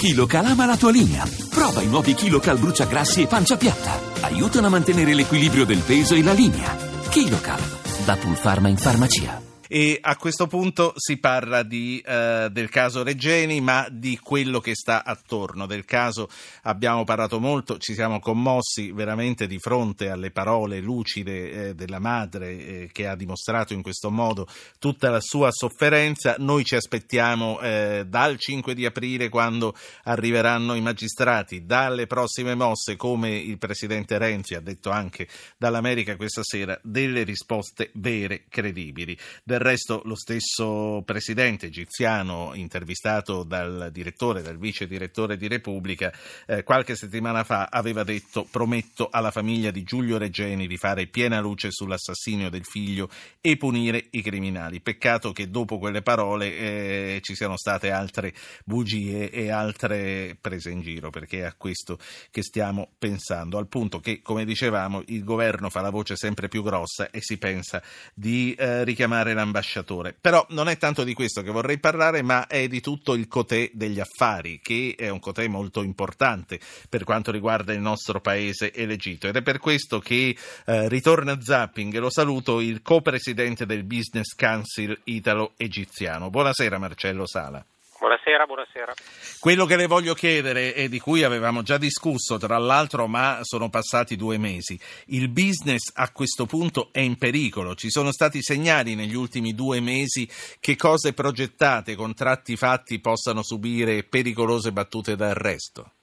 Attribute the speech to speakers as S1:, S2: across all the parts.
S1: KiloCal ama la tua linea. Prova i nuovi KiloCal bruciagrassi e pancia piatta. Aiutano a mantenere l'equilibrio del peso e la linea. KiloCal, da Pulpharma in farmacia.
S2: E a questo punto si parla del caso Regeni, ma di quello che sta attorno. Del caso abbiamo parlato molto, ci siamo commossi veramente di fronte alle parole lucide della madre che ha dimostrato in questo modo tutta la sua sofferenza. Noi ci aspettiamo dal 5 di aprile, quando arriveranno i magistrati, dalle prossime mosse, come il presidente Renzi ha detto anche dall'America questa sera, delle risposte vere, credibili. Del resto lo stesso presidente egiziano, intervistato dal vice direttore di Repubblica, qualche settimana fa aveva detto: prometto alla famiglia di Giulio Regeni di fare piena luce sull'assassinio del figlio e punire i criminali. Peccato che dopo quelle parole ci siano state altre bugie e altre prese in giro, perché è a questo che stiamo pensando, al punto che, come dicevamo, il governo fa la voce sempre più grossa e si pensa di richiamare l'ambasciatore. Però non è tanto di questo che vorrei parlare, ma è di tutto il cotè degli affari, che è un cotè molto importante per quanto riguarda il nostro paese e l'Egitto, ed è per questo che ritorna a Zapping, e lo saluto, il co-presidente del Business Council italo-egiziano. Buonasera Marcello Sala.
S3: Buonasera.
S2: Quello che le voglio chiedere, e di cui avevamo già discusso tra l'altro, ma sono passati 2 mesi, il business a questo punto è in pericolo. Ci sono stati segnali negli ultimi 2 mesi che cose progettate, contratti fatti, possano subire pericolose battute d'arresto?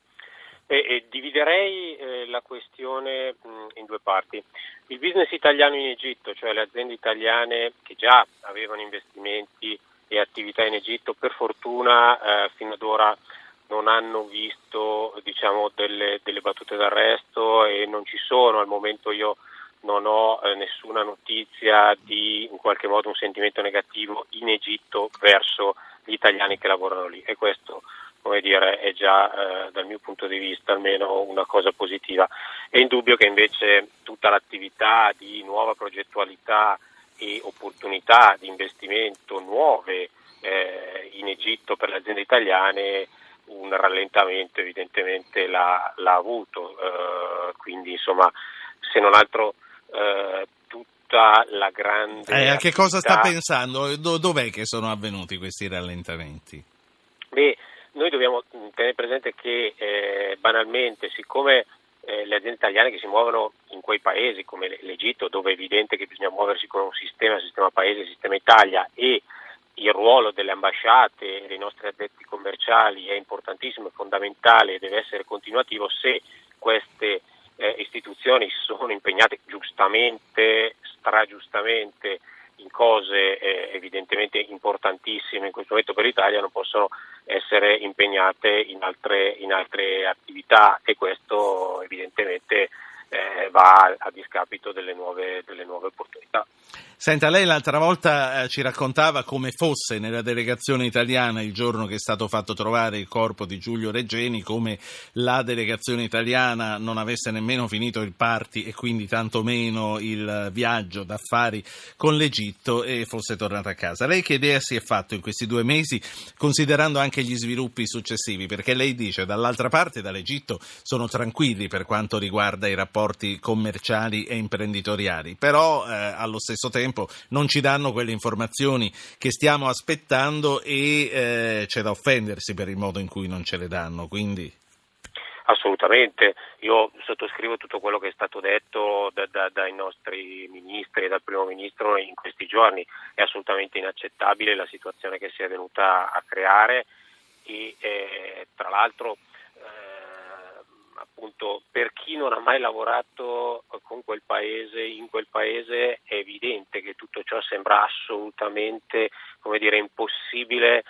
S3: Dividerei la questione in 2 parti. Il business italiano in Egitto, cioè le aziende italiane che già avevano investimenti e attività in Egitto, per fortuna fino ad ora non hanno visto delle battute d'arresto, e non ci sono al momento. Io non ho nessuna notizia di in qualche modo un sentimento negativo in Egitto verso gli italiani che lavorano lì, e questo, come dire, è già dal mio punto di vista almeno una cosa positiva. È indubbio che invece tutta l'attività di nuova progettualità e opportunità di investimento nuove in Egitto per le aziende italiane un rallentamento evidentemente l'ha avuto, quindi insomma, se non altro tutta la grande
S2: a che cosa sta pensando? Dov'è che sono avvenuti questi rallentamenti?
S3: Noi dobbiamo tenere presente che banalmente, siccome le aziende italiane che si muovono in quei paesi come l'Egitto, dove è evidente che bisogna muoversi con un sistema paese, sistema Italia, e il ruolo delle ambasciate e dei nostri addetti commerciali è importantissimo, è fondamentale e deve essere continuativo. Se queste istituzioni sono impegnate giustamente, stragiustamente, in cose evidentemente importantissime in questo momento per l'Italia, non possono essere impegnate in altre attività, e questo evidentemente va a discapito delle nuove opportunità.
S2: Senta, lei l'altra volta ci raccontava come fosse nella delegazione italiana il giorno che è stato fatto trovare il corpo di Giulio Regeni, come la delegazione italiana non avesse nemmeno finito il party e quindi tantomeno il viaggio d'affari con l'Egitto e fosse tornata a casa. Lei che idea si è fatto in questi 2 mesi, considerando anche gli sviluppi successivi? Perché lei dice, dall'altra parte, dall'Egitto, sono tranquilli per quanto riguarda i rapporti commerciali e imprenditoriali, però allo stesso tempo non ci danno quelle informazioni che stiamo aspettando, e c'è da offendersi per il modo in cui non ce le danno. Quindi
S3: assolutamente, io sottoscrivo tutto quello che è stato detto dai nostri ministri e dal primo ministro in questi giorni. È assolutamente inaccettabile la situazione che si è venuta a creare, e tra l'altro appunto, per chi non ha mai lavorato con quel paese, in quel paese, è evidente che tutto ciò sembra assolutamente, come dire, impossibile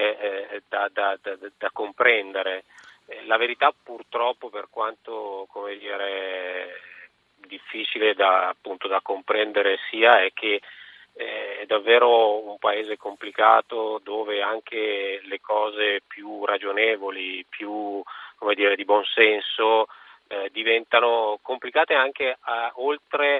S3: da comprendere. La verità, purtroppo, per quanto, come dire, difficile da comprendere sia, è che è davvero un paese complicato, dove anche le cose più ragionevoli, più, come dire, di buon senso, diventano complicate anche oltre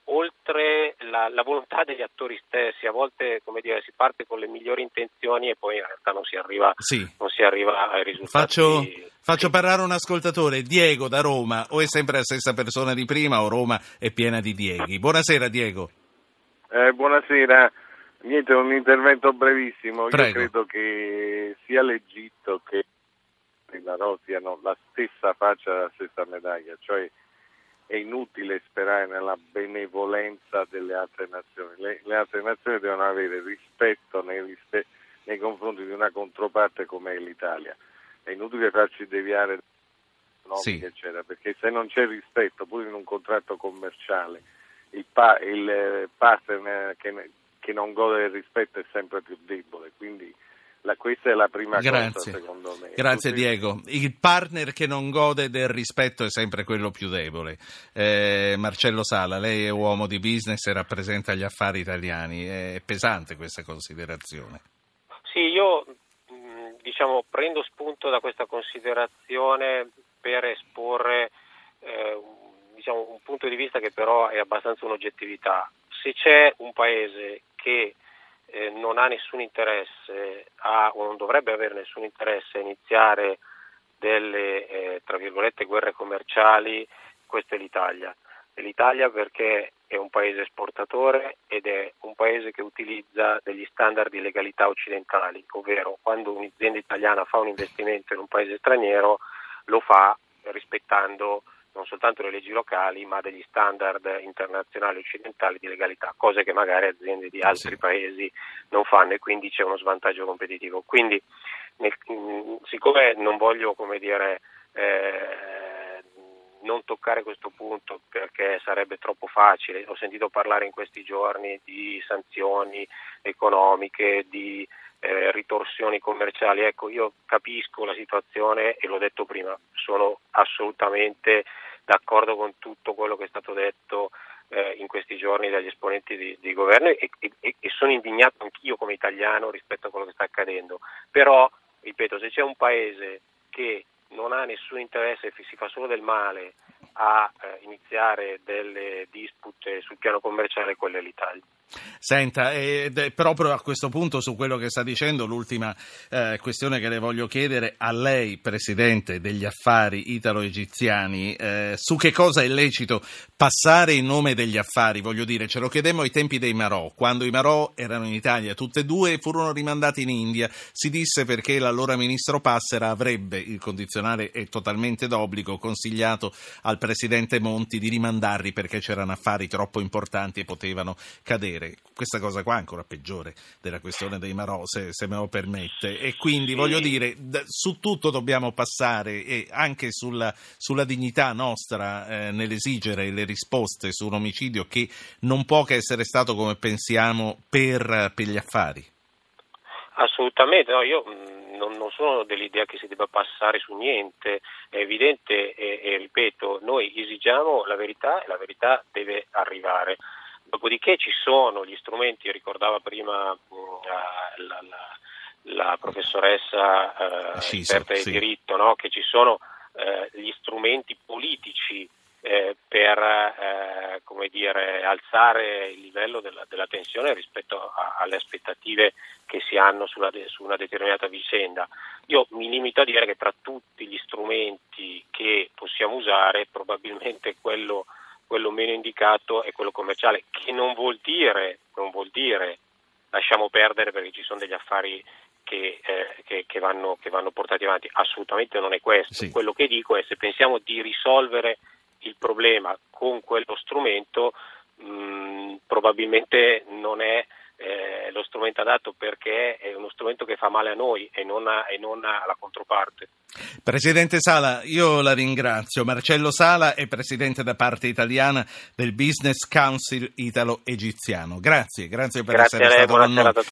S3: oltre la volontà degli attori stessi. A volte, come dire, si parte con le migliori intenzioni e poi in realtà non si arriva ai risultati.
S2: Faccio parlare un ascoltatore, Diego da Roma. O è sempre la stessa persona di prima o Roma è piena di Dieghi? Buonasera Diego.
S4: Buonasera, niente, un intervento brevissimo.
S2: Prego.
S4: Io credo che sia l'Egitto che il Marò siano la stessa faccia della stessa medaglia, cioè è inutile sperare nella benevolenza delle altre nazioni. Le altre nazioni devono avere rispetto nei confronti di una controparte come è l'Italia. È inutile farci deviare economiche, eccetera, perché se non c'è rispetto, pure in un contratto commerciale, il partner che non gode del rispetto è sempre più debole, quindi questa è la prima cosa, secondo me.
S2: Grazie Diego. Il partner che non gode del rispetto è sempre quello più debole. Marcello Sala, lei è uomo di business e rappresenta gli affari italiani, è pesante questa considerazione.
S3: Sì, io prendo spunto da questa considerazione per esporre un punto di vista che però è abbastanza un'oggettività. Se c'è un paese che non ha nessun interesse o non dovrebbe avere nessun interesse a iniziare delle tra virgolette guerre commerciali, questa è l'Italia. È l'Italia perché è un paese esportatore ed è un paese che utilizza degli standard di legalità occidentali, ovvero quando un'azienda italiana fa un investimento in un paese straniero lo fa rispettando non soltanto le leggi locali ma degli standard internazionali occidentali di legalità, cose che magari aziende di altri paesi non fanno e quindi c'è uno svantaggio competitivo. Quindi siccome non voglio non toccare questo punto perché sarebbe troppo facile, ho sentito parlare in questi giorni di sanzioni economiche, di ritorsioni commerciali. Ecco, io capisco la situazione e l'ho detto prima, sono assolutamente d'accordo con tutto quello che è stato detto in questi giorni dagli esponenti di governo e sono indignato anch'io come italiano rispetto a quello che sta accadendo. Però, ripeto, se c'è un paese che non ha nessun interesse e si fa solo del male a iniziare delle dispute sul piano commerciale, quella è l'Italia.
S2: Senta, proprio a questo punto su quello che sta dicendo, l'ultima questione che le voglio chiedere a lei, Presidente degli affari italo-egiziani, su che cosa è lecito passare in nome degli affari? Voglio dire, ce lo chiedemmo ai tempi dei Marò, quando i Marò erano in Italia tutte e due e furono rimandati in India, si disse perché l'allora ministro Passera avrebbe, il condizionale è totalmente d'obbligo, consigliato al Presidente Monti di rimandarli perché c'erano affari troppo importanti e potevano cadere. Questa cosa qua è ancora peggiore della questione dei Marò, se me lo permette, e quindi voglio dire, su tutto dobbiamo passare e anche sulla dignità nostra nell'esigere le risposte su un omicidio che non può che essere stato, come pensiamo, per gli affari.
S3: Assolutamente, no, io non sono dell'idea che si debba passare su niente, è evidente e ripeto, noi esigiamo la verità e la verità deve arrivare. Dopodiché ci sono gli strumenti, ricordava prima la professoressa esperta di diritto, no? Che ci sono gli strumenti politici per alzare il livello della tensione rispetto alle aspettative che si hanno su una determinata vicenda. Io mi limito a dire che tra tutti gli strumenti che possiamo usare probabilmente quello meno indicato è quello commerciale, che non vuol dire lasciamo perdere perché ci sono degli affari che vanno portati avanti, assolutamente non è questo. Sì. Quello che dico è, se pensiamo di risolvere il problema con quello strumento, probabilmente non è lo strumento adatto, perché è uno strumento che fa male a noi e non alla controparte.
S2: Presidente Sala, io la ringrazio. Marcello Sala è presidente da parte italiana del Business Council italo-egiziano. Grazie per essere stato con noi.